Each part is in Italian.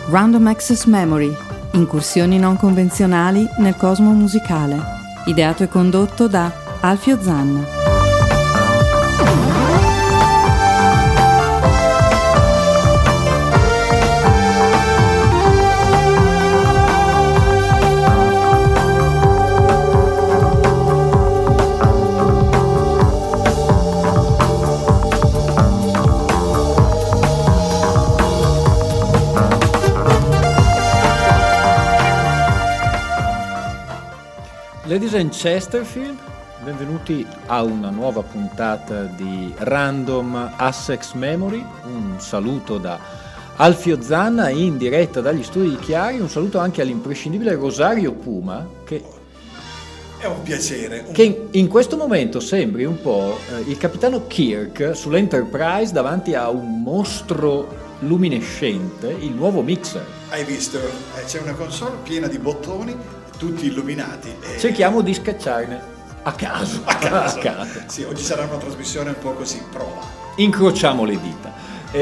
Random Access Memory, incursioni non convenzionali nel cosmo musicale, ideato e condotto da Alfio Zanna. Ladies and Chesterfield, benvenuti a una nuova puntata di Random Access Memory. Un saluto da Alfio Zanna in diretta dagli studi di Chiari, un saluto anche all'imprescindibile Rosario Puma, che è un piacere. Che in questo momento sembri un po' il capitano Kirk sull'Enterprise davanti a un mostro luminescente, il nuovo mixer. Hai visto? C'è una console piena di bottoni, tutti illuminati. Cerchiamo di scacciarne a caso. Sì, oggi sarà una trasmissione un po' così, prova. Incrociamo le dita.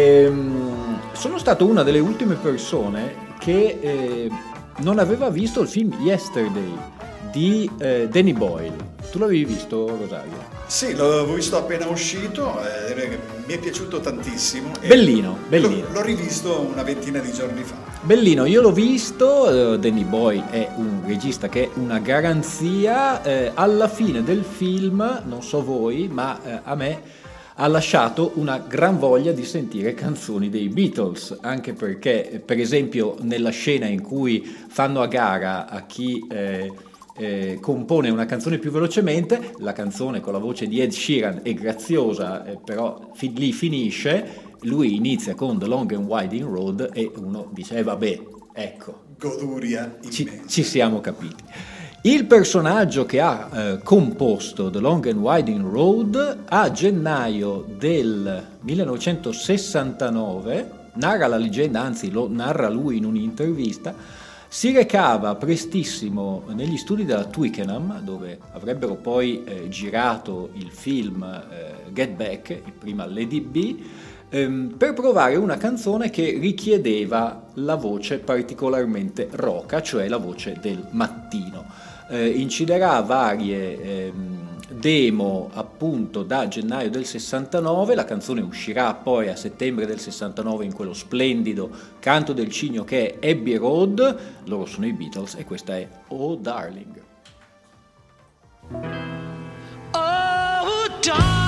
Sono stato una delle ultime persone che non aveva visto il film Yesterday di Danny Boyle. Tu l'avevi visto, Rosario? Sì, l'ho visto appena uscito, mi è piaciuto tantissimo. Bellino. L'ho rivisto una ventina di giorni fa. Bellino, io l'ho visto. Danny Boyle è un regista che è una garanzia. Alla fine del film, non so voi, ma a me ha lasciato una gran voglia di sentire canzoni dei Beatles, anche perché, per esempio, nella scena in cui fanno a gara a chi compone una canzone più velocemente, la canzone con la voce di Ed Sheeran è graziosa, però lì finisce. Lui inizia con The Long and Winding Road e uno dice vabbè, ecco, goduria immensa. Ci siamo capiti. Il personaggio che ha composto The Long and Winding Road a gennaio del 1969, narra la leggenda, anzi lo narra lui in un'intervista, si recava prestissimo negli studi della Twickenham, dove avrebbero poi girato il film Get Back, prima Lady B, per provare una canzone che richiedeva la voce particolarmente roca, cioè la voce del mattino. Inciderà varie demo appunto da gennaio del 69, la canzone uscirà poi a settembre del 69 in quello splendido Canto del Cigno che è Abbey Road. Loro sono i Beatles e questa è Oh Darling. Oh darling,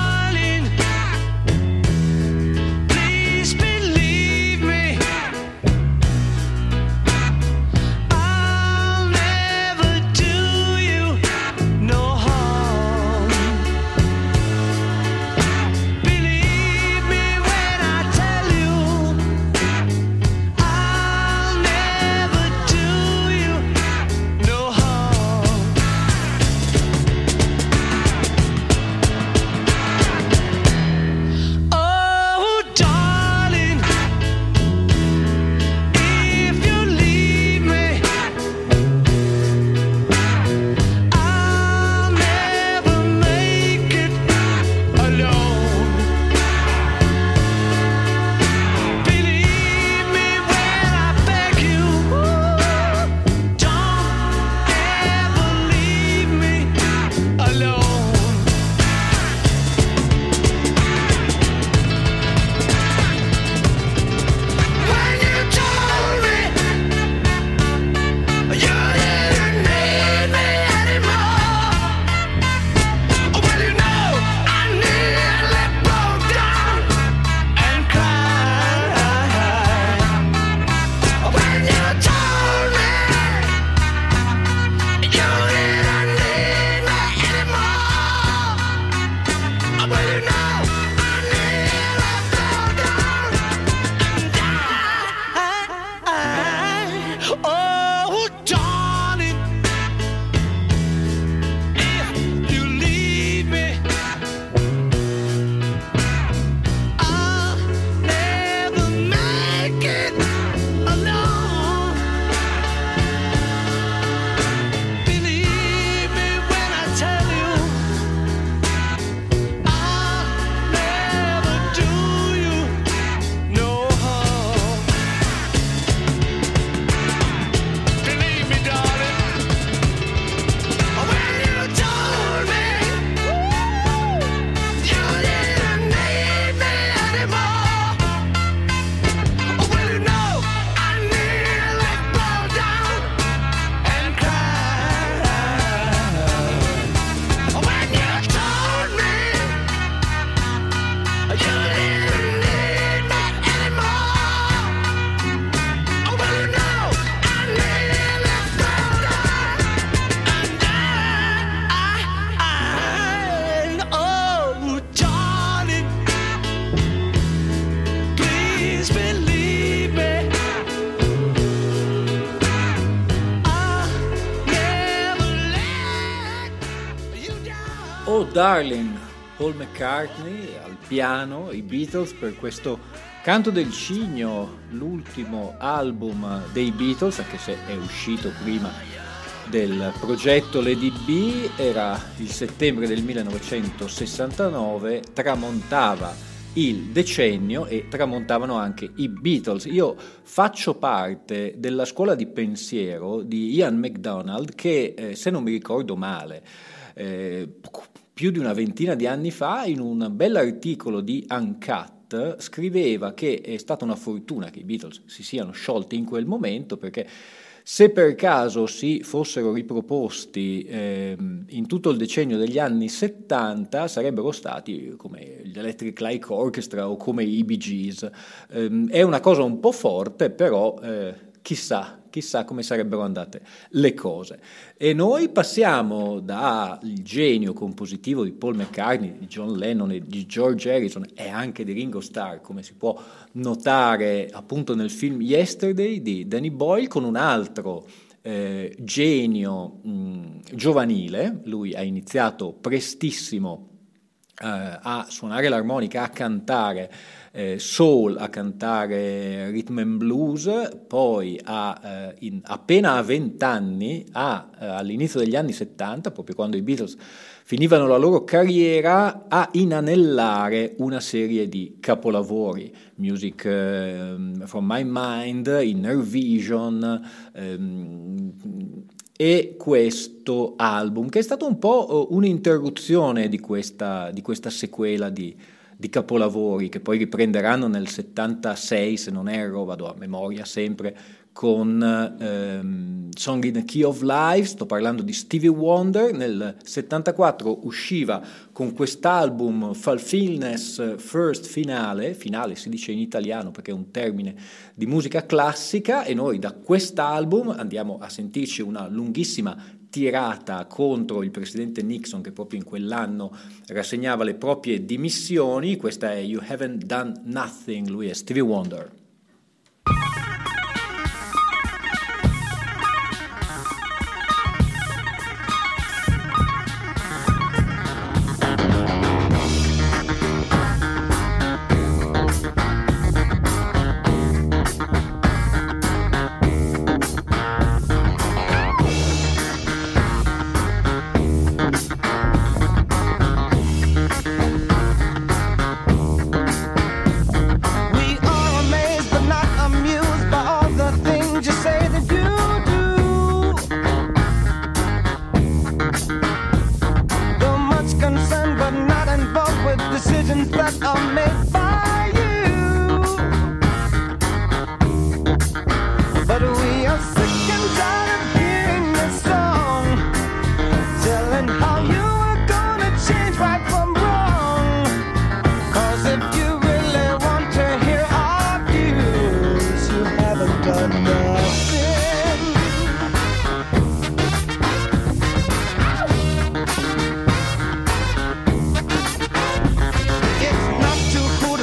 please believe me. I never let you down. Oh Darling, Paul McCartney al piano, i Beatles per questo Canto del Cigno, l'ultimo album dei Beatles, anche se è uscito prima del progetto Lady B, era il settembre del 1969, tramontava il decennio e tramontavano anche i Beatles. Io faccio parte della scuola di pensiero di Ian MacDonald che, se non mi ricordo male, più di una ventina di anni fa, in un bell'articolo di Uncut, scriveva che è stata una fortuna che i Beatles si siano sciolti in quel momento, perché se per caso si fossero riproposti in tutto il decennio degli anni 70, sarebbero stati come gli Electric Light Orchestra o come i Bee Gees. È una cosa un po' forte, però chissà come sarebbero andate le cose. E noi passiamo dal genio compositivo di Paul McCartney, di John Lennon e di George Harrison e anche di Ringo Starr, come si può notare appunto nel film Yesterday di Danny Boyle, con un altro genio giovanile. Lui ha iniziato prestissimo a suonare l'armonica, a cantare soul, a cantare rhythm and blues, poi appena a 20 anni, all'inizio degli anni 70, proprio quando i Beatles finivano la loro carriera, a inanellare una serie di capolavori, Music from My Mind, Inner Vision, e questo album, che è stato un po' un'interruzione di questa sequela di capolavori che poi riprenderanno nel 76, se non erro, vado a memoria sempre, con Song in the Key of Life. Sto parlando di Stevie Wonder. Nel 74 usciva con quest'album Fulfillness First, finale si dice in italiano perché è un termine di musica classica, e noi da quest'album andiamo a sentirci una lunghissima tirata contro il presidente Nixon, che proprio in quell'anno rassegnava le proprie dimissioni. Questa è You Haven't Done Nothing, lui è Stevie Wonder. It's not too cool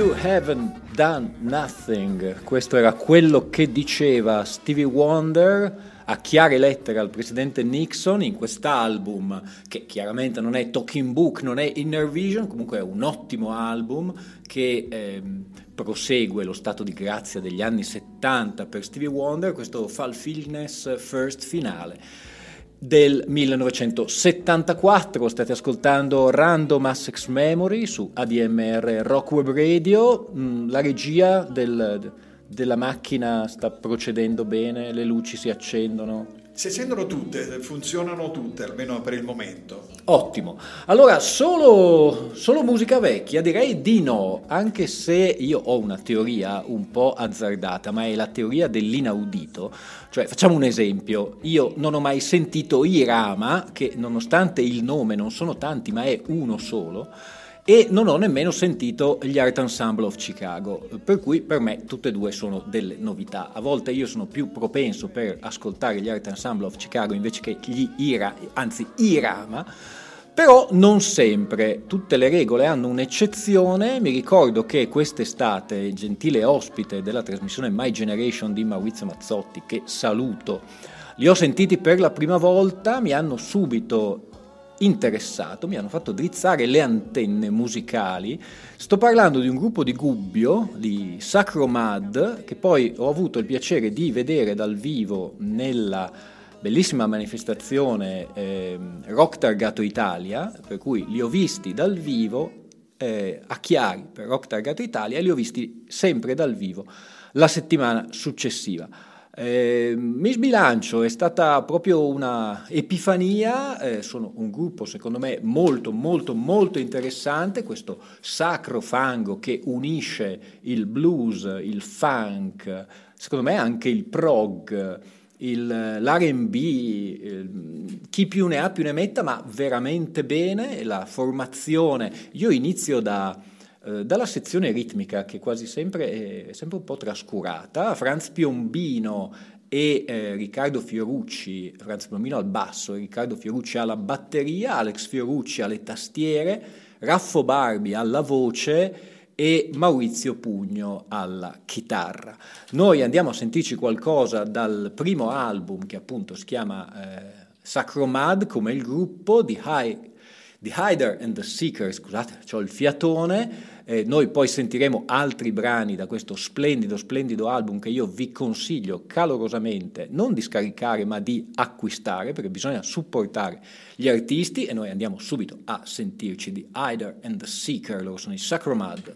You Haven't Done Nothing, questo era quello che diceva Stevie Wonder a chiare lettere al presidente Nixon in quest'album, che chiaramente non è Talking Book, non è Inner Vision, comunque è un ottimo album che prosegue lo stato di grazia degli anni 70 per Stevie Wonder, questo Fulfillness First finale del 1974. State ascoltando Random Access Memory su ADMR Rock Web Radio. La regia della macchina sta procedendo bene, le luci si accendono. Si accendono tutte, funzionano tutte, almeno per il momento. Ottimo. Allora, solo musica vecchia? Direi di no, anche se io ho una teoria un po' azzardata, ma è la teoria dell'inaudito. Cioè, facciamo un esempio, io non ho mai sentito Irama, che nonostante il nome non sono tanti, ma è uno solo, e non ho nemmeno sentito gli Art Ensemble of Chicago, per cui per me tutte e due sono delle novità. A volte io sono più propenso per ascoltare gli Art Ensemble of Chicago invece che gli Irama, però non sempre, tutte le regole hanno un'eccezione. Mi ricordo che quest'estate, gentile ospite della trasmissione My Generation di Maurizio Mazzotti, che saluto, li ho sentiti per la prima volta, mi hanno subito interessato, mi hanno fatto drizzare le antenne musicali. Sto parlando di un gruppo di Gubbio, di Sacro Mad, che poi ho avuto il piacere di vedere dal vivo nella bellissima manifestazione Rock Targato Italia, per cui li ho visti dal vivo a Chiari per Rock Targato Italia e li ho visti sempre dal vivo la settimana successiva. Mi sbilancio, è stata proprio una epifania, sono un gruppo secondo me molto molto molto interessante, questo sacro fango che unisce il blues, il funk, secondo me anche il prog, l'R&B, chi più ne ha più ne metta, ma veramente bene. La formazione, io inizio dalla sezione ritmica, che quasi sempre è sempre un po' trascurata. Franz Piombino e Riccardo Fiorucci, Franz Piombino al basso e Riccardo Fiorucci alla batteria, Alex Fiorucci alle tastiere, Raffo Barbi alla voce e Maurizio Pugno alla chitarra. Noi andiamo a sentirci qualcosa dal primo album, che appunto si chiama Sacro Mad, come il gruppo, The Hider and the Seeker, scusate, c'ho il fiatone. Noi poi sentiremo altri brani da questo splendido album che io vi consiglio calorosamente non di scaricare ma di acquistare, perché bisogna supportare gli artisti, e noi andiamo subito a sentirci The Hider and the Seeker, loro sono i Sacro Mad.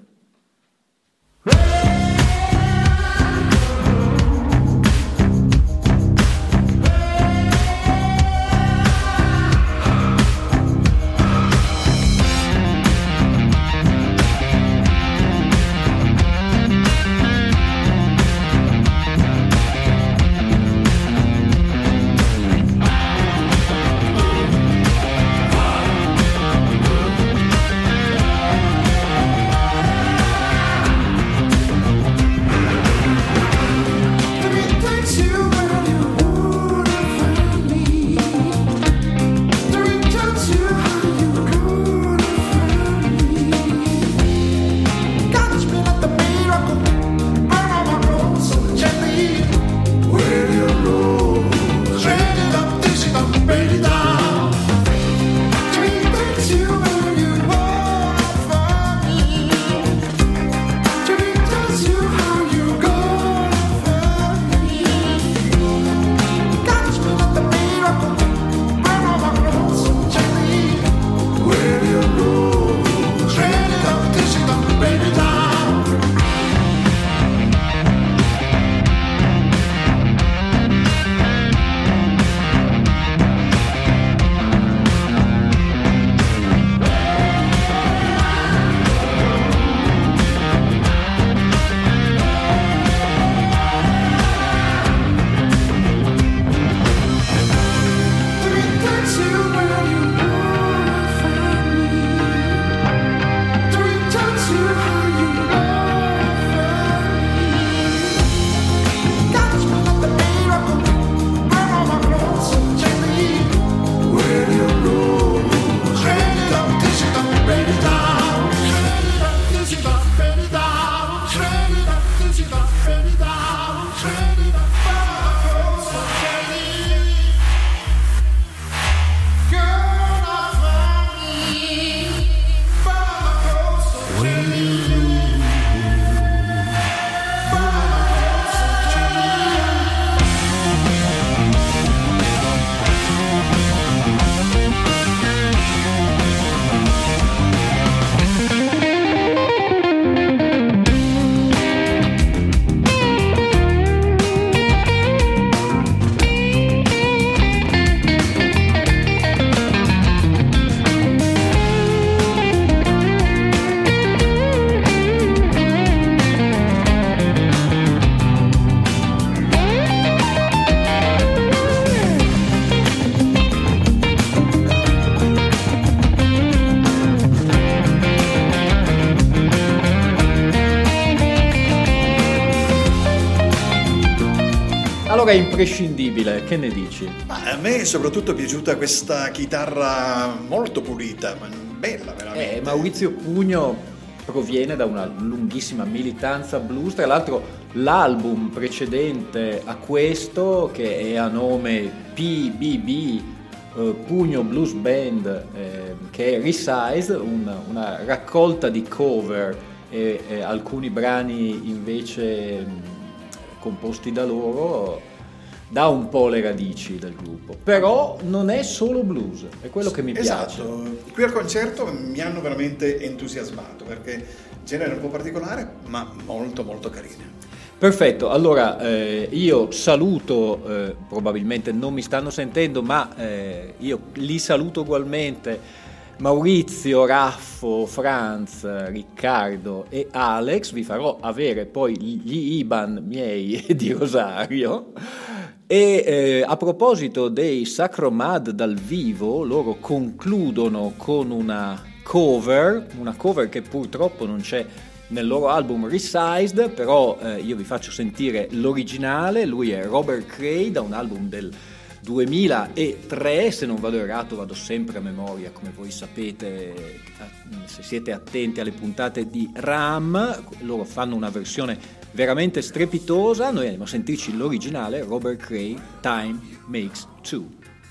tenore è imprescindibile, che ne dici? Ma a me soprattutto è piaciuta questa chitarra molto pulita, bella veramente. Maurizio Pugno proviene da una lunghissima militanza blues, tra l'altro l'album precedente a questo, che è a nome PBB, Pugno Blues Band, che è Resize, una raccolta di cover e alcuni brani invece composti da loro, dà un po' le radici del gruppo, però non è solo blues, è quello che mi piace. Esatto, qui al concerto mi hanno veramente entusiasmato perché genere un po' particolare ma molto molto carino. Perfetto, allora io saluto, probabilmente non mi stanno sentendo, ma io li saluto ugualmente, Maurizio, Raffo, Franz, Riccardo e Alex. Vi farò avere poi gli IBAN miei di Rosario. E a proposito dei Sacromad dal vivo, loro concludono con una cover che purtroppo non c'è nel loro album Resized, però io vi faccio sentire l'originale. Lui è Robert Cray, da un album del 2003, se non vado errato, vado sempre a memoria, come voi sapete se siete attenti alle puntate di RAM. Loro fanno una versione veramente strepitosa. Noi andiamo a sentirci l'originale, Robert Cray, Time Makes Two.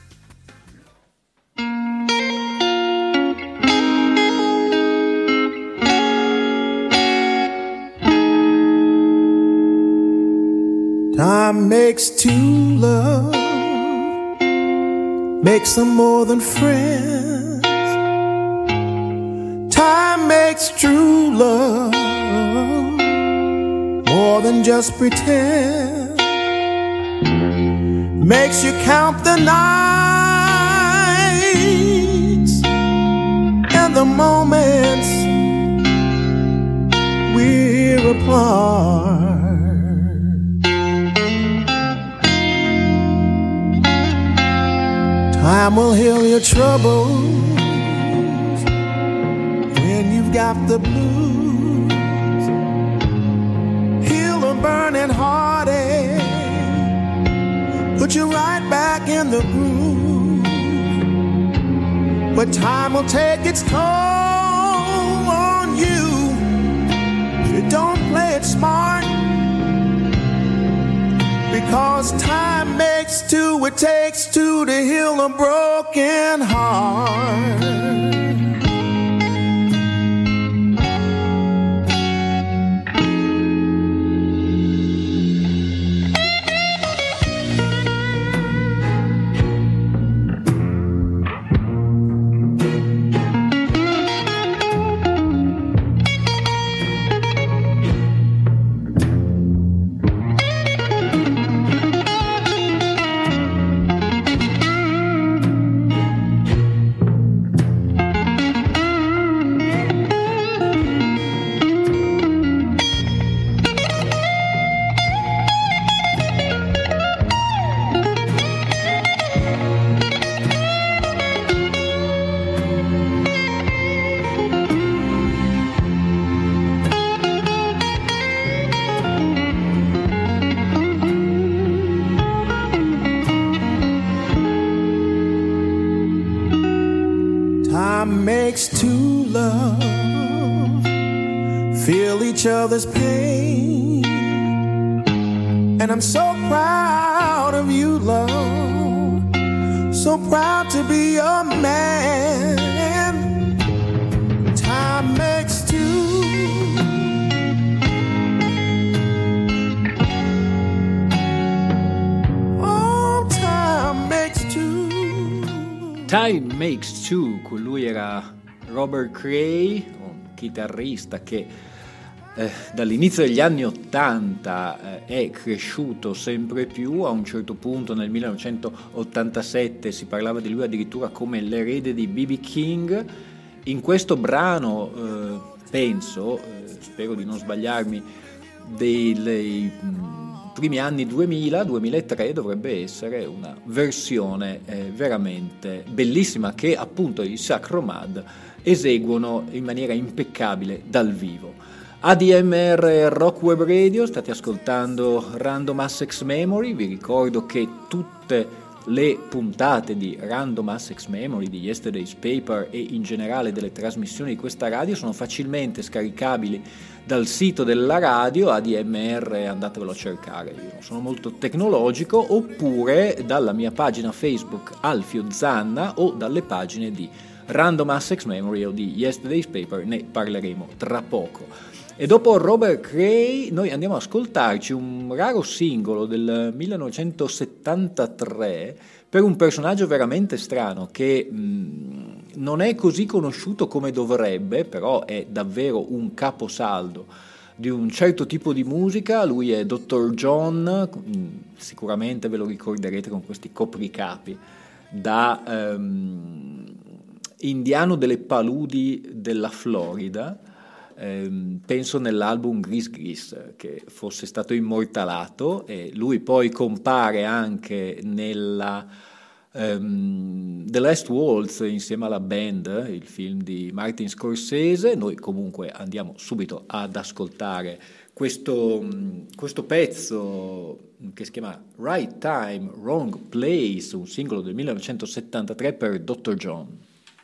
Time makes two love, makes them more than friends. Time makes true love more than just pretend. Makes you count the nights and the moments we're apart. Time will heal your troubles when you've got the blues. Heal a burning heartache, put you right back in the groove. But time will take its toll on you if you don't play it smart. Because time makes two, it takes two to heal a broken heart. Makes two love feel each other's pain. And I'm so proud of you, love, so proud to be your man. Time makes two. Oh, time makes two. Time Makes Two, lui era Robert Cray, un chitarrista che dall'inizio degli anni '80 è cresciuto sempre più. A un certo punto nel 1987 si parlava di lui addirittura come l'erede di B.B. King. In questo brano penso, spero di non sbagliarmi, dei primi anni 2000-2003 dovrebbe essere una versione veramente bellissima che appunto i Sacromad eseguono in maniera impeccabile dal vivo. ADMR Rock Web Radio, state ascoltando Random Access Memory. Vi ricordo che tutte le puntate di Random Access Memory, di Yesterday's Paper e in generale delle trasmissioni di questa radio sono facilmente scaricabili dal sito della radio. ADMR, andatevelo a cercare, io non sono molto tecnologico, oppure dalla mia pagina Facebook Alfio Zanna o dalle pagine di Random Access Memory o di Yesterday's Paper, ne parleremo tra poco. E dopo Robert Cray noi andiamo ad ascoltarci un raro singolo del 1973 per un personaggio veramente strano che non è così conosciuto come dovrebbe, però è davvero un caposaldo di un certo tipo di musica. Lui è Dr. John, sicuramente ve lo ricorderete con questi copricapi da indiano delle paludi della Florida. Penso nell'album Gris Gris che fosse stato immortalato, e lui poi compare anche nella The Last Waltz insieme alla band, il film di Martin Scorsese. Noi comunque andiamo subito ad ascoltare questo pezzo che si chiama Right Time, Wrong Place, un singolo del 1973 per Dr. John.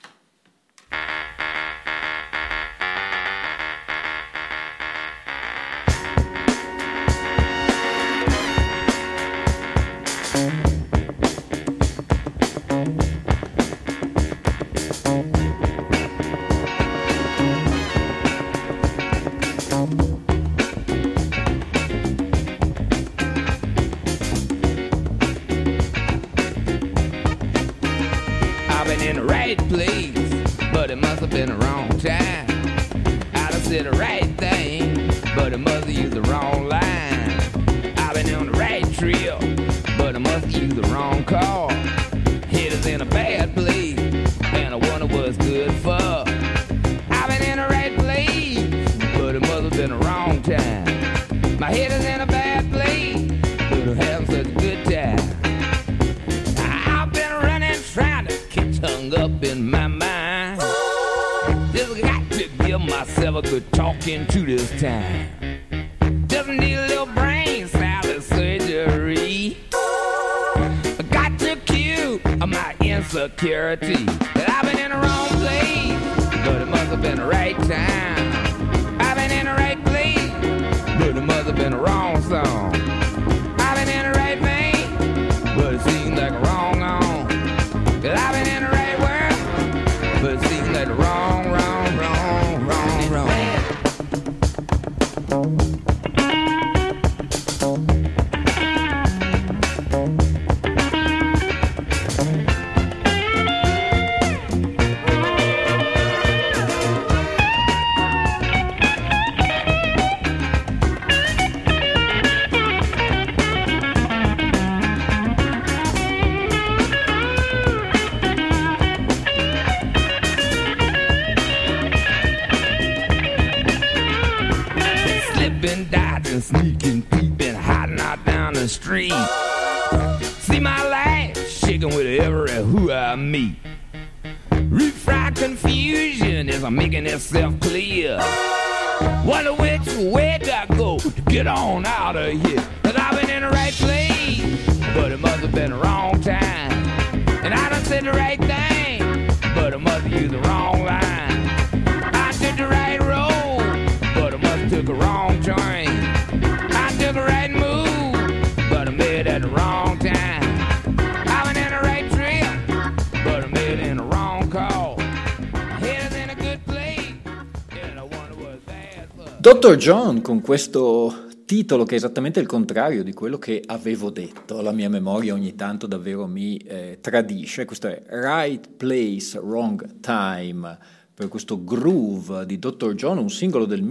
Dr. John, con questo titolo che è esattamente il contrario di quello che avevo detto, la mia memoria ogni tanto davvero mi tradisce. Questo è Right Place, Wrong Time, per questo groove di Dr. John, un singolo del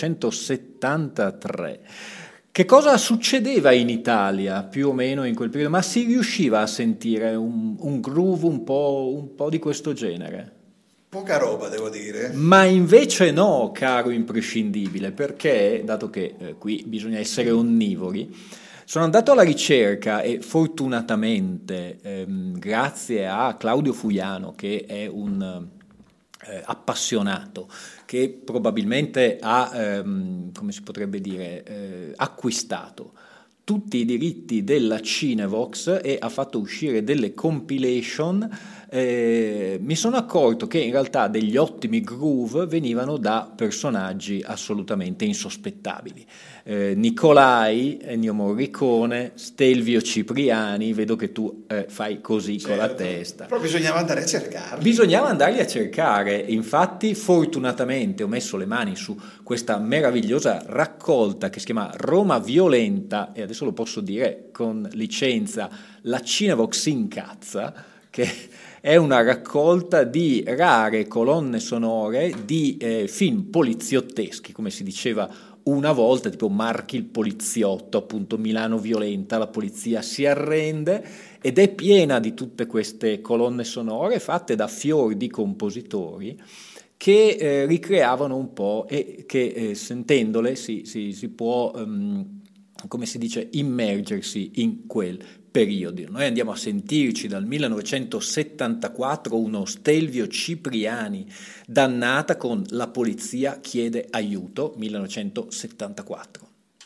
1973. Che cosa succedeva in Italia più o meno in quel periodo? Ma si riusciva a sentire un groove un po' di questo genere? Poca roba, devo dire. Ma invece no, caro imprescindibile, perché, dato che qui bisogna essere onnivori, sono andato alla ricerca e fortunatamente, grazie a Claudio Fuiano, che è un appassionato, che probabilmente ha, come si potrebbe dire, acquistato tutti i diritti della Cinevox e ha fatto uscire delle compilation, mi sono accorto che in realtà degli ottimi groove venivano da personaggi assolutamente insospettabili. Nicolai, Ennio Morricone, Stelvio Cipriani, vedo che tu fai così con la testa. Però bisognava andare a cercarli. Bisognava andarli a cercare, infatti fortunatamente ho messo le mani su questa meravigliosa raccolta che si chiama Roma Violenta, e adesso lo posso dire con licenza, la Cinevox incazza, che è una raccolta di rare colonne sonore di film poliziotteschi, come si diceva una volta, tipo Marchi il poliziotto, appunto Milano Violenta, la polizia si arrende, ed è piena di tutte queste colonne sonore fatte da fior di compositori che ricreavano un po' e che sentendole si può, come si dice, immergersi in quel periodo. Noi andiamo a sentirci dal 1974 uno Stelvio Cipriani, Dannata, con La polizia chiede aiuto, 1974.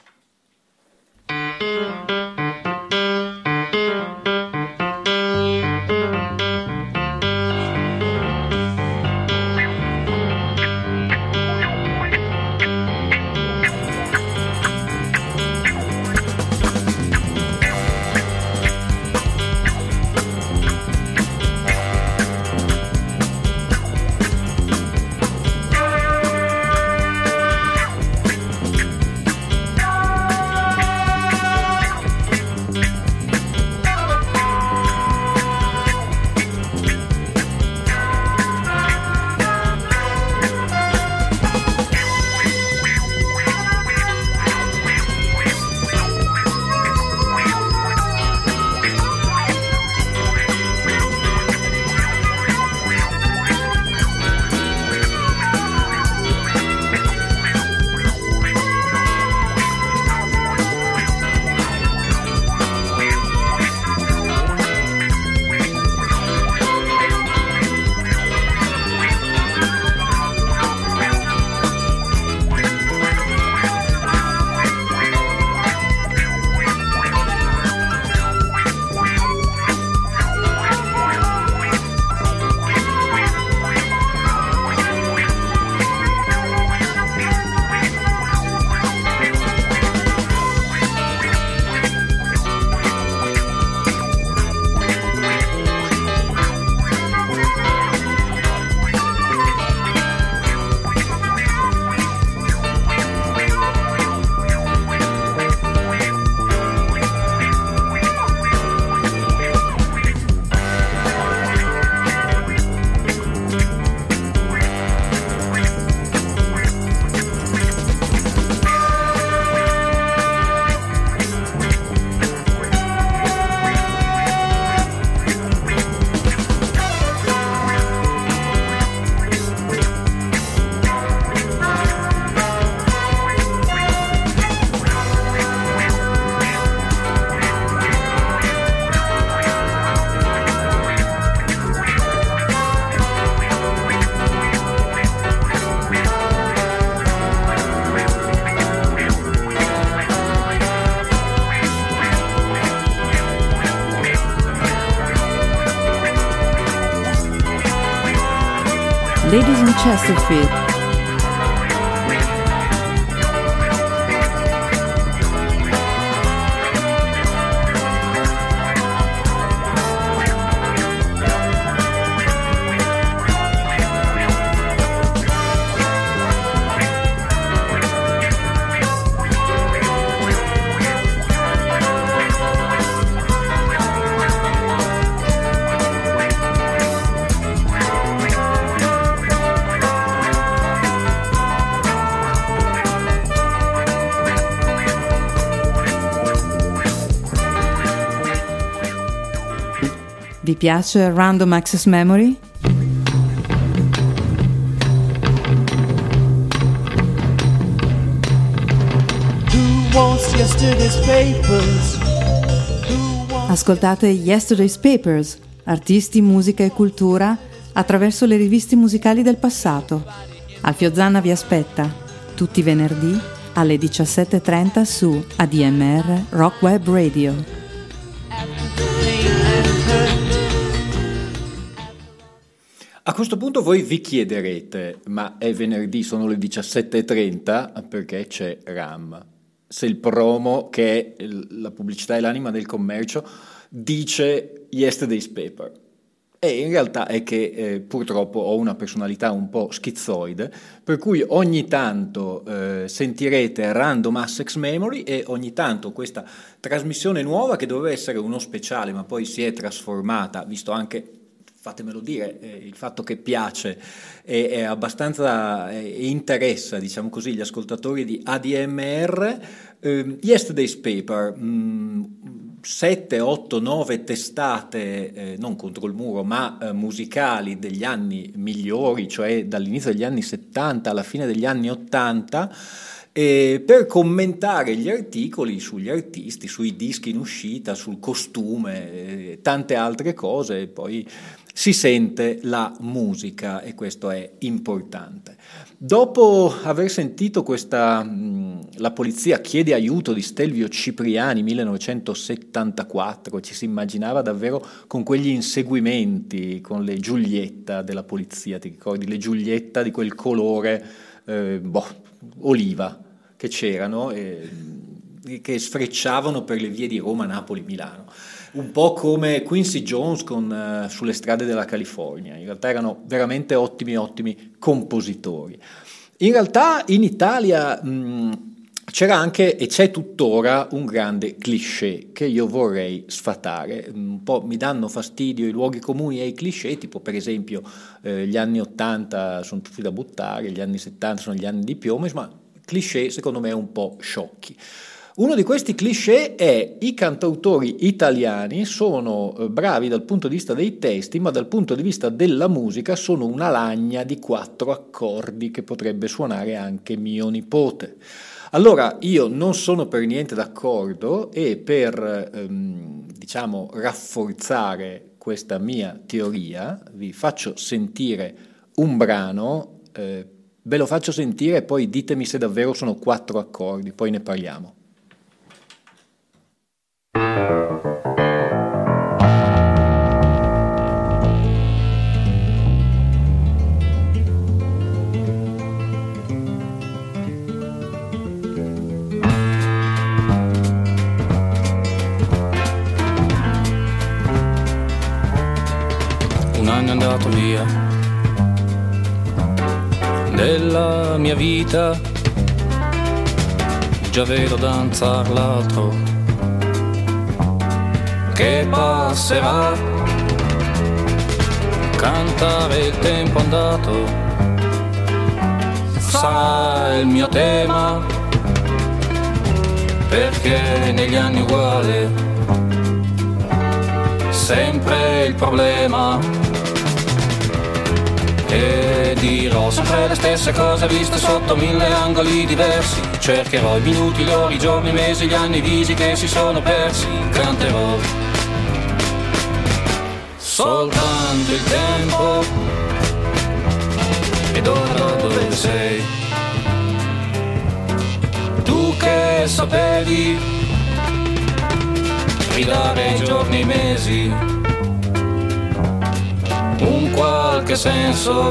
Ladies in Chesterfield. Vi piace Random Access Memory? Ascoltate Yesterday's Papers, artisti, musica e cultura, attraverso le riviste musicali del passato. Alfio Zanna vi aspetta tutti i venerdì alle 17:30 su ADMR Rock Web Radio. A questo punto voi vi chiederete, ma è venerdì, sono le 17:30, perché c'è RAM? Se il promo, che è la pubblicità e l'anima del commercio, dice Yesterday's Paper. E in realtà è che purtroppo ho una personalità un po' schizoide, per cui ogni tanto sentirete Random Access Memory e ogni tanto questa trasmissione nuova che doveva essere uno speciale ma poi si è trasformata, visto anche, fatemelo dire, il fatto che piace è abbastanza interessa, diciamo così, gli ascoltatori di ADMR. Yesterday's Paper, 7, 8, 9 testate, non contro il muro, ma musicali degli anni migliori, cioè dall'inizio degli anni 70 alla fine degli anni 80, per commentare gli articoli sugli artisti, sui dischi in uscita, sul costume, tante altre cose, e poi si sente la musica e questo è importante. Dopo aver sentito questa La polizia chiede aiuto di Stelvio Cipriani, 1974, ci si immaginava davvero con quegli inseguimenti, con le Giulietta della polizia, ti ricordi? Le Giulietta di quel colore oliva che c'erano che sfrecciavano per le vie di Roma, Napoli, Milano. Un po' come Quincy Jones con Sulle strade della California. In realtà erano veramente ottimi compositori. In realtà in Italia c'era anche, e c'è tuttora, un grande cliché che io vorrei sfatare. Un po' mi danno fastidio i luoghi comuni e i cliché, tipo per esempio gli anni 80 sono tutti da buttare, gli anni 70 sono gli anni di piombo, ma cliché secondo me un po' sciocchi. Uno di questi cliché è: i cantautori italiani sono bravi dal punto di vista dei testi, ma dal punto di vista della musica sono una lagna di 4 accordi che potrebbe suonare anche mio nipote. Allora io non sono per niente d'accordo, e per rafforzare questa mia teoria vi faccio sentire un brano, ve lo faccio sentire e poi ditemi se davvero sono 4 accordi, poi ne parliamo. Un anno è andato via della mia vita, già vedo danzar l'altro che passerà, cantare il tempo andato sarà il mio tema, perché negli anni uguale sempre il problema. E dirò sempre le stesse cose viste sotto 1000 angoli diversi, cercherò i minuti, le ore, i giorni, i mesi, gli anni, i visi che si sono persi, canterò soltanto il tempo. Ed ora dove sei? Tu che sapevi ridare i giorni e i mesi un qualche senso,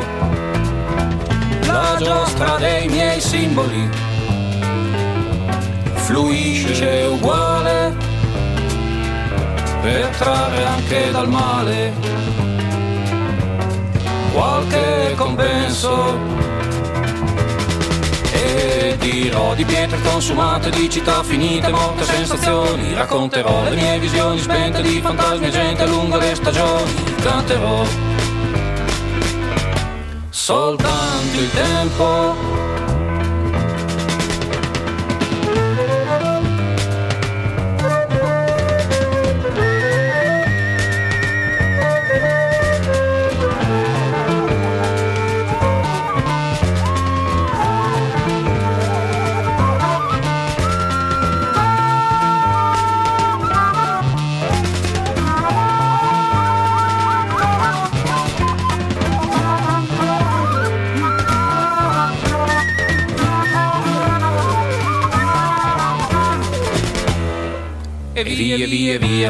la giostra dei miei simboli fluisce uguale per trarre anche dal male qualche compenso. E dirò di pietre consumate, di città finite, morte, sensazioni, racconterò le mie visioni spente di fantasmi e gente lungo le stagioni, canterò soltanto il tempo. e via, via, via.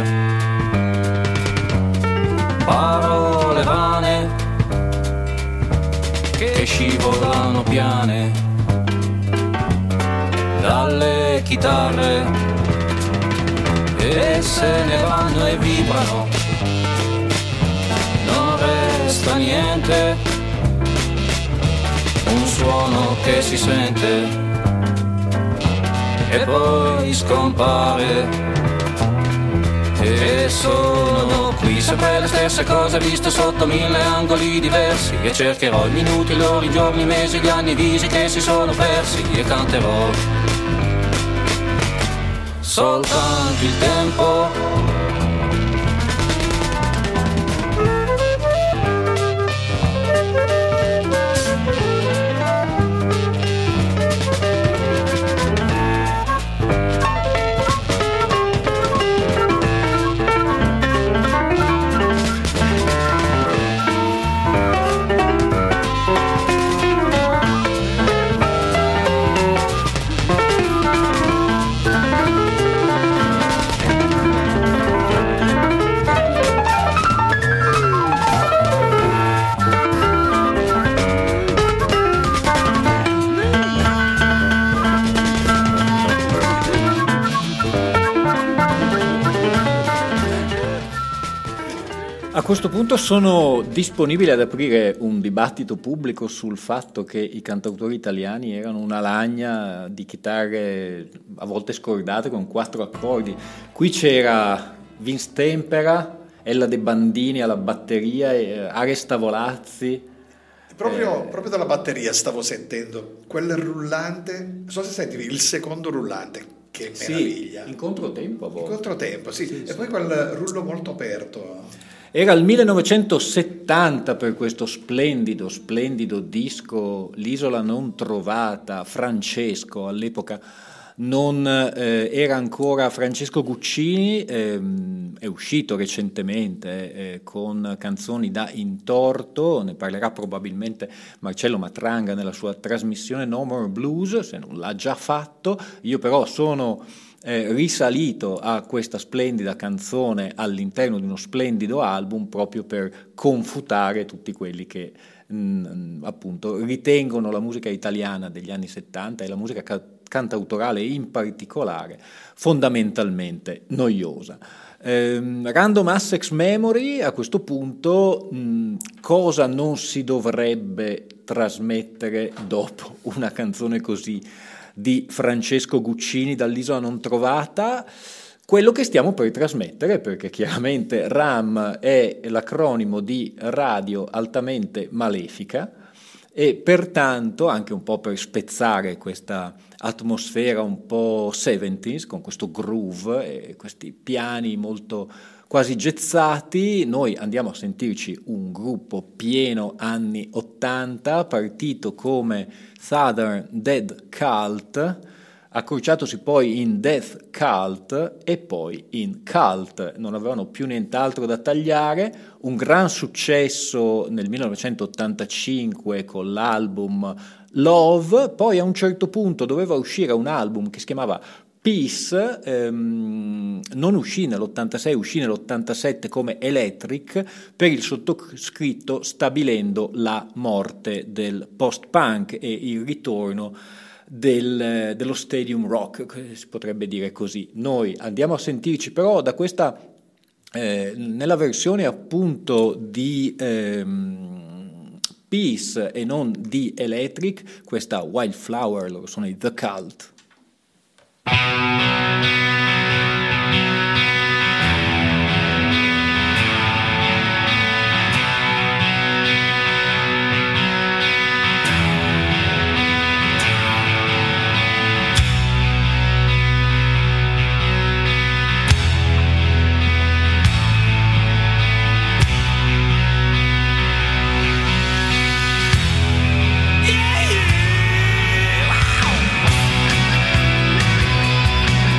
Parole vane che scivolano piane dalle chitarre e se ne vanno e vibrano, non resta niente, un suono che si sente e poi scompare. E sono qui sempre le stesse cose viste sotto 1000 angoli diversi, e cercherò i minuti, le ore, i giorni, i mesi, gli anni, i visi che si sono persi, e canterò soltanto il tempo. A questo punto sono disponibile ad aprire un dibattito pubblico sul fatto che i cantautori italiani erano una lagna di chitarre a volte scordate con 4 accordi. Qui c'era Vince Tempera, Ella De Bandini alla batteria, Aresta Volazzi. Proprio dalla batteria stavo sentendo quel rullante, non so se sentivi il secondo rullante, che meraviglia. Sì, in controtempo a volte. In controtempo, sì. E poi quel rullo molto aperto. Era il 1970 per questo splendido disco, L'isola non trovata. Francesco, all'epoca non era ancora Francesco Guccini, è uscito recentemente con Canzoni da intorto, ne parlerà probabilmente Marcello Matranga nella sua trasmissione No More Blues, se non l'ha già fatto. Io però sono risalito a questa splendida canzone all'interno di uno splendido album proprio per confutare tutti quelli che appunto ritengono la musica italiana degli anni 70 e la musica cantautorale in particolare fondamentalmente noiosa. Random Access Memory, a questo punto cosa non si dovrebbe trasmettere dopo una canzone così di Francesco Guccini dall'Isola non trovata? Quello che stiamo per trasmettere, perché chiaramente RAM è l'acronimo di Radio Altamente Malefica e pertanto, anche un po' per spezzare questa atmosfera un po' 70s, con questo groove e questi piani molto quasi jazzati, noi andiamo a sentirci un gruppo pieno anni 80, partito come Southern Dead Cult, accorciatosi poi in Death Cult e poi in Cult. Non avevano più nient'altro da tagliare, un gran successo nel 1985 con l'album Love, poi a un certo punto doveva uscire un album che si chiamava Peace, non uscì nell'86, uscì nell'87 come Electric, per il sottoscritto stabilendo la morte del post-punk e il ritorno dello stadium rock, si potrebbe dire così. Noi andiamo a sentirci però da questa, nella versione appunto di Peace e non di Electric, questa Wildflower, loro sono i The Cult. Yeah, yeah. Wow.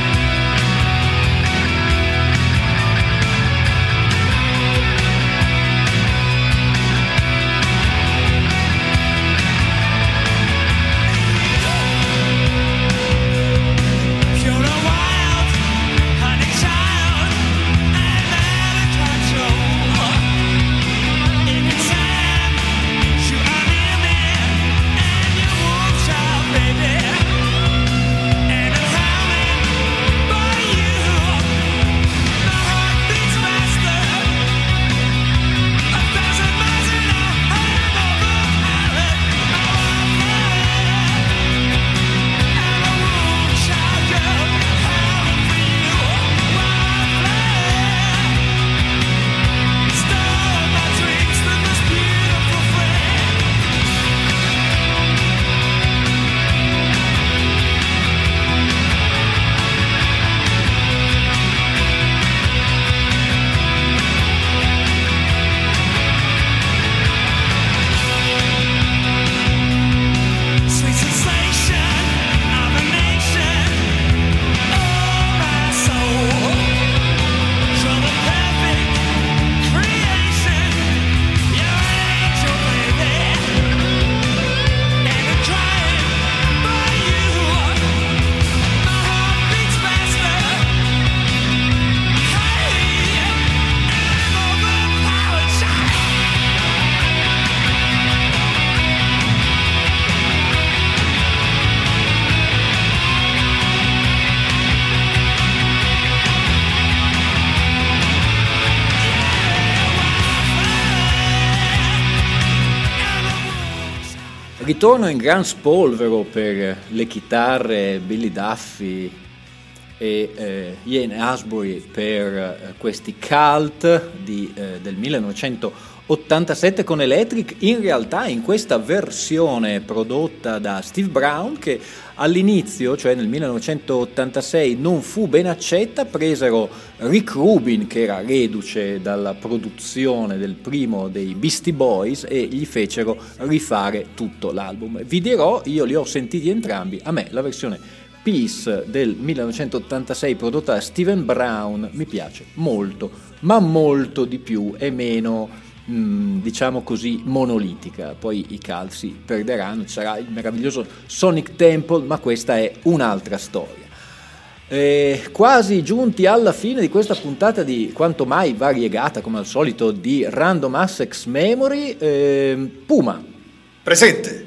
Ritorno in gran spolvero per le chitarre Billy Duffy e Ian Astbury per questi Cult del 1987 con Electric. In realtà in questa versione prodotta da Steve Brown, che all'inizio, cioè nel 1986, non fu ben accetta, presero Rick Rubin, che era reduce dalla produzione del primo dei Beastie Boys, e gli fecero rifare tutto l'album. Vi dirò, io li ho sentiti entrambi, a me la versione Peace del 1986 prodotta da Steven Brown mi piace molto, ma molto di più e meno diciamo così monolitica. Poi i Cult si perderanno, ci sarà il meraviglioso Sonic Temple, ma questa è un'altra storia. Quasi giunti alla fine di questa puntata di quanto mai variegata, come al solito, di Random Access Memory. Puma Presente.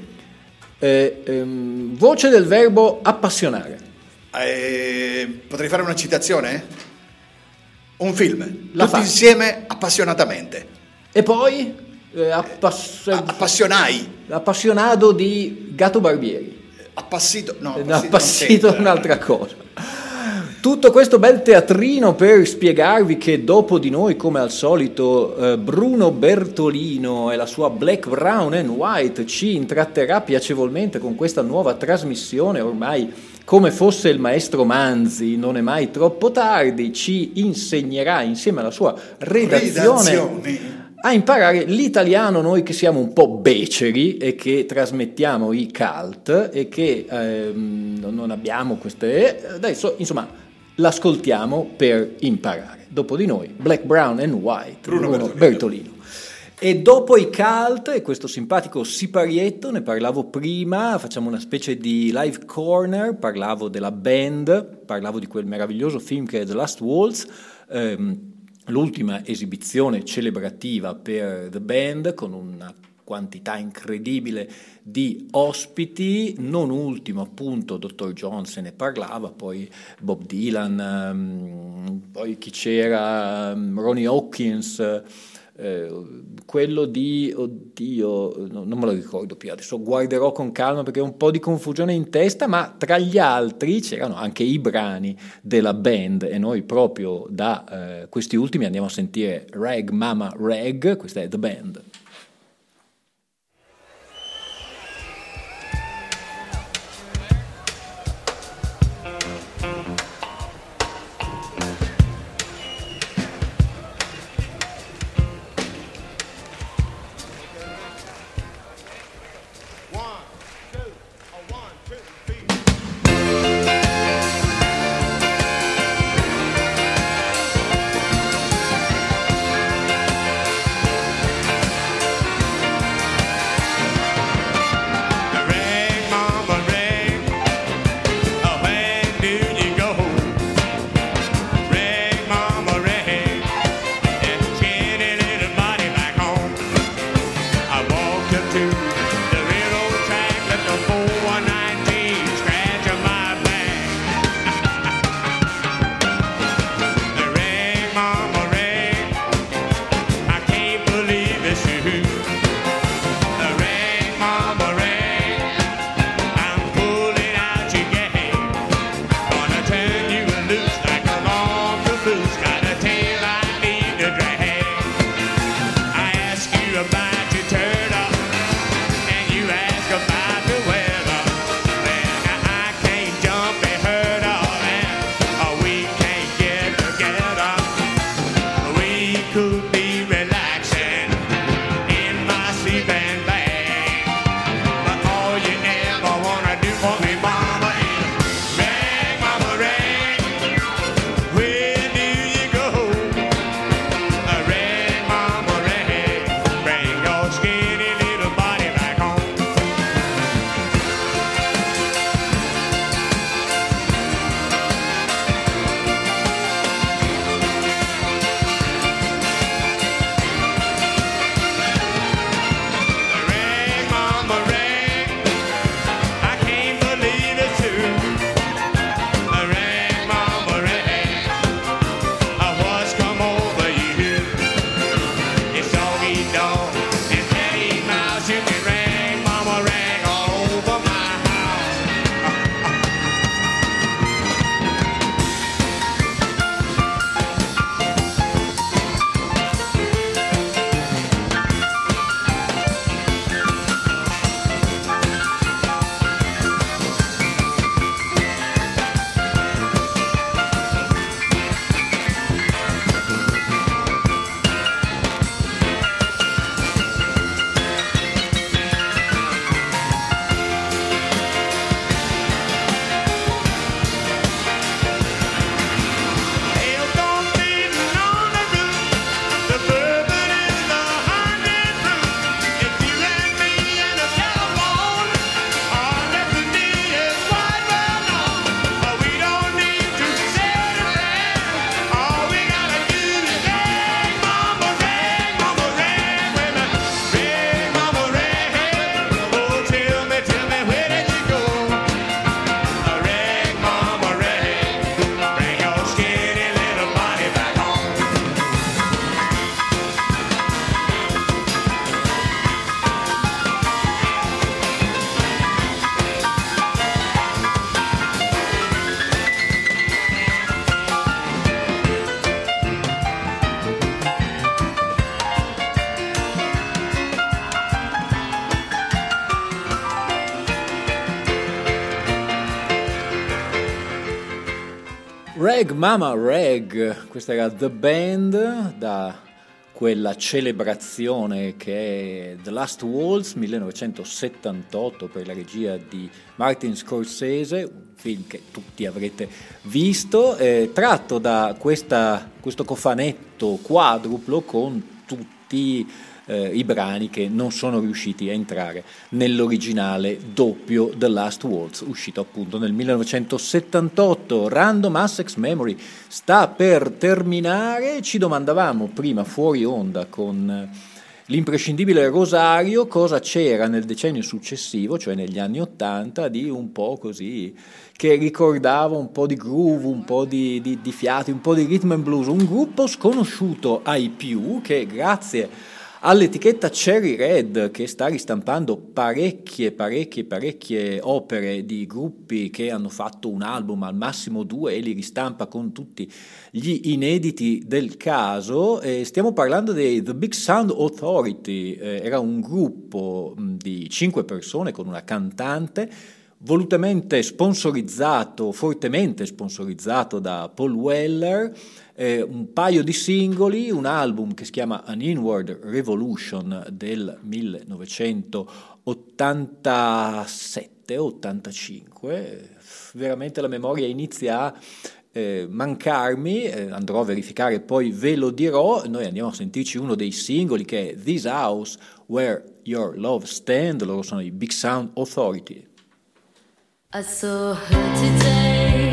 Voce del verbo appassionare. Potrei fare una citazione? Un film, La tutti fa. insieme appassionatamente. E poi Appassionai. appassionato di Gatto Barbieri. Appassito, no, Appassito non è un'altra cosa. Tutto questo bel teatrino per spiegarvi che dopo di noi, come al solito, Bruno Bertolino e la sua Black, Brown and White ci intratterà piacevolmente con questa nuova trasmissione. Ormai, come fosse il maestro Manzi, non è mai troppo tardi, ci insegnerà insieme alla sua redazione a imparare l'italiano, noi che siamo un po' beceri e che trasmettiamo i Cult e che non abbiamo queste... Adesso, insomma, l'ascoltiamo per imparare. Dopo di noi, Black, Brown and White, Bruno Bertolino. E dopo i Cult e questo simpatico siparietto, ne parlavo prima, facciamo una specie di live corner, parlavo della band, parlavo di quel meraviglioso film che è The Last Waltz, l'ultima esibizione celebrativa per The Band, con una quantità incredibile di ospiti, non ultimo appunto Dr. John, se ne parlava, poi Bob Dylan, poi chi c'era, Ronnie Hawkins, quello di, oddio, non me lo ricordo più, adesso guarderò con calma perché ho un po' di confusione in testa, ma tra gli altri c'erano anche i brani della band e noi proprio da questi ultimi andiamo a sentire Rag Mama Rag, questa è The Band. Rag Mama Rag, questa era The Band, da quella celebrazione che è The Last Waltz 1978 per la regia di Martin Scorsese, un film che tutti avrete visto, tratto da questo cofanetto quadruplo con tutti i brani che non sono riusciti a entrare nell'originale doppio The Last Waltz, uscito appunto nel 1978. Random Access Memory sta per terminare. Ci domandavamo prima fuori onda con l'imprescindibile Rosario cosa c'era nel decennio successivo, cioè negli anni '80, di un po' così, che ricordava un po' di groove, un po' di fiati, un po' di rhythm and blues, un gruppo sconosciuto ai più che grazie all'etichetta Cherry Red, che sta ristampando parecchie opere di gruppi che hanno fatto un album, al massimo 2, e li ristampa con tutti gli inediti del caso. Stiamo parlando dei The Big Sound Authority. Era un gruppo di 5 persone con una cantante, volutamente sponsorizzato, fortemente sponsorizzato da Paul Weller, un paio di singoli, un album che si chiama An Inward Revolution del 1987-85, veramente la memoria inizia a mancarmi, andrò a verificare, poi ve lo dirò. Noi andiamo a sentirci uno dei singoli che è This House Where Your Love Stand, loro sono i Big Sound Authority. I saw her today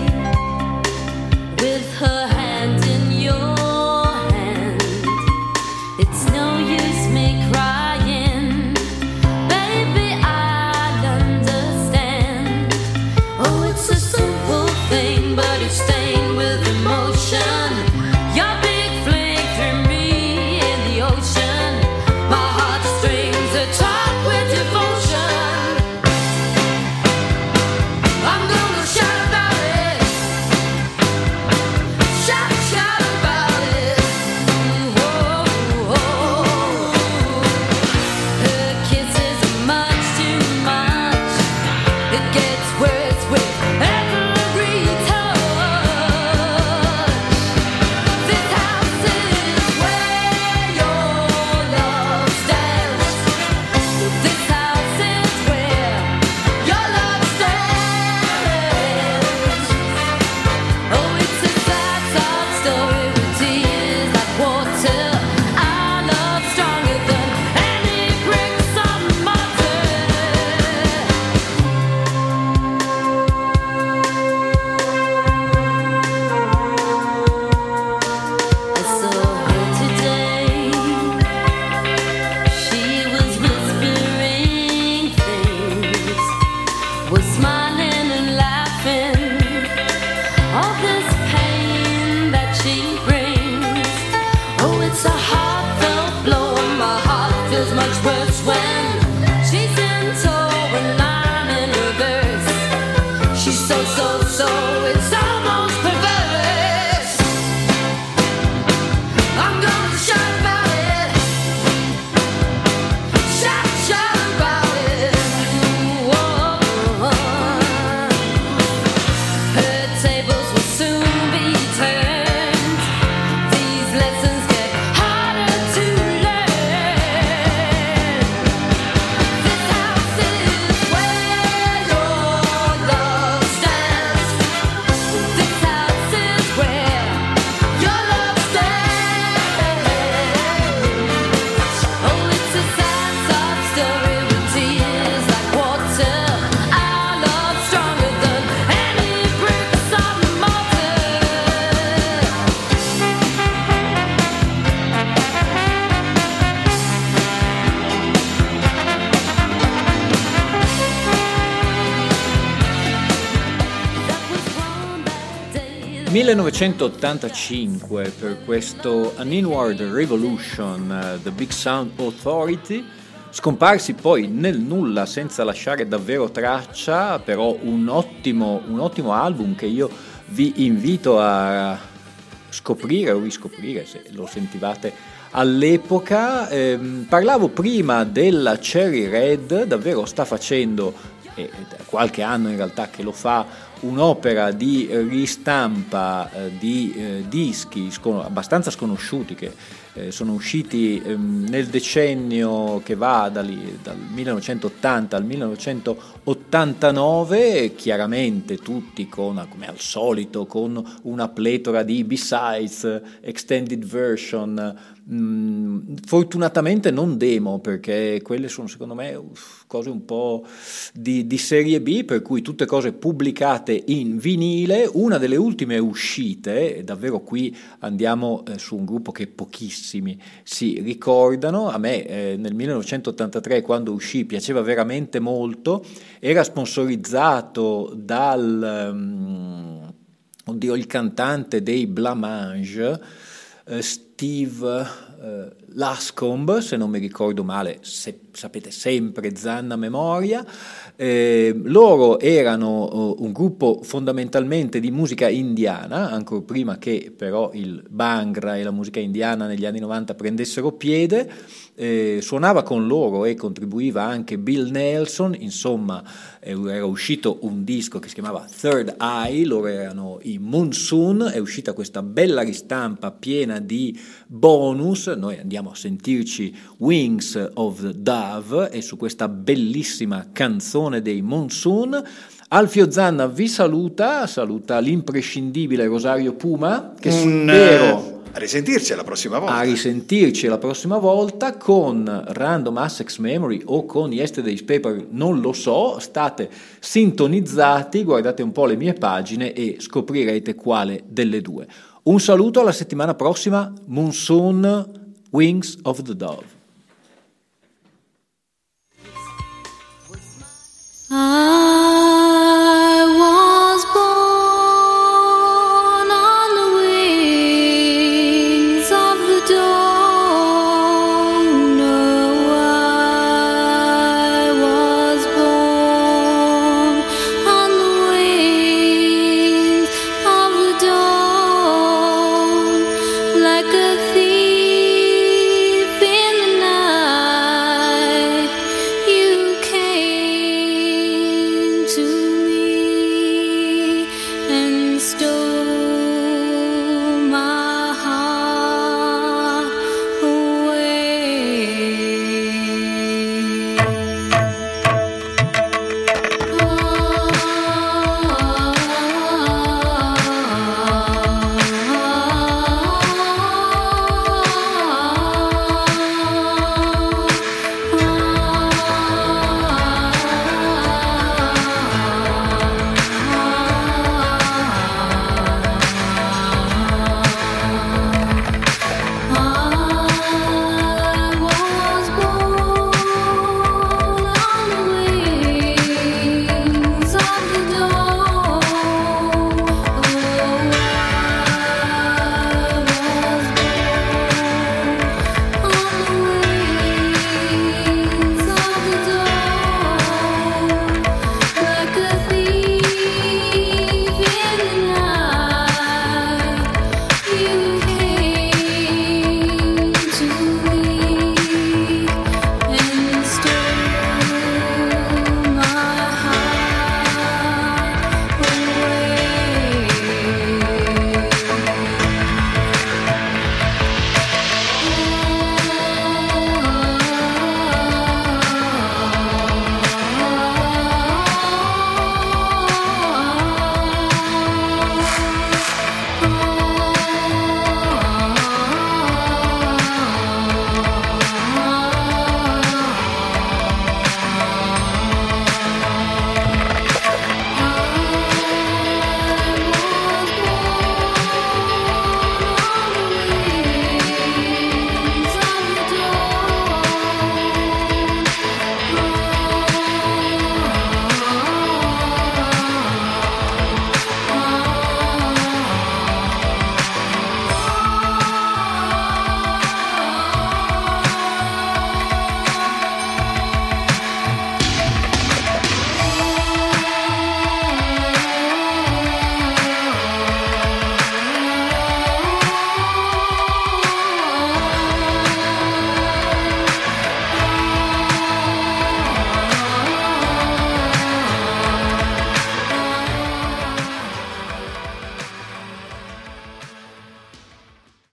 with her hand in your hand. It's no use me crying, baby, I understand. Oh, it's a simple thing, but it's stained with emotion. Your big fling threw me in the ocean. My heartstrings are taut with devotion. I'm gonna shout about it. Shout, shout about it. Whoa, whoa. Her kisses are much too much. It gets worse with every touch. This house is where your love stands. This house is where your love stands. Oh, it's a sad, sad story with tears like water. Our love stronger than any bricks of mortar. I saw her today. She was whispering things, was smiling and laughing. All this pain that she brings. Oh, it's a heartfelt blow, and my heart feels much worse when she's in tow and I'm in reverse. She's so, it's almost perverse. I'm gonna shout about it. Shout, shout about it. Whoa. Her tables will soon be turned. These lessons get harder to learn. This house is where your love stands. This house is where your love stands. Oh, it's a sad, sad story with tears like water. Our love stronger than any bricks of mortar. 1985 per questo An Inward Revolution, The Big Sound Authority, scomparsi poi nel nulla senza lasciare davvero traccia, però un ottimo album che io vi invito a scoprire o riscoprire se lo sentivate all'epoca. Parlavo prima della Cherry Red, davvero sta facendo, da qualche anno in realtà che lo fa, un'opera di ristampa di dischi abbastanza sconosciuti che sono usciti nel decennio che va dal 1980 al 1989, chiaramente tutti come al solito con una pletora di B-sides, extended version, fortunatamente non demo, perché quelle sono secondo me cose un po' di serie B, per cui tutte cose pubblicate in vinile. Una delle ultime uscite, davvero qui andiamo su un gruppo che pochissimi si ricordano, a me nel 1983 quando uscì piaceva veramente molto, era sponsorizzato il cantante dei Blancmange, Steve Lascombe, se non mi ricordo male, sapete sempre Zanna memoria. Loro erano un gruppo fondamentalmente di musica indiana, ancora prima che però il Bhangra e la musica indiana negli anni 90 prendessero piede. Suonava con loro e contribuiva anche Bill Nelson, insomma era uscito un disco che si chiamava Third Eye, loro erano i Monsoon, è uscita questa bella ristampa piena di bonus, noi andiamo a sentirci Wings of the Dove e su questa bellissima canzone dei Monsoon. Alfio Zanna vi saluta l'imprescindibile Rosario Puma, che spero... A risentirci la prossima volta. A risentirci la prossima volta con Random Access Memory o con Yesterday's Paper, non lo so, state sintonizzati, guardate un po' le mie pagine e scoprirete quale delle due. Un saluto, alla settimana prossima, Monsoon, Wings of the Dove.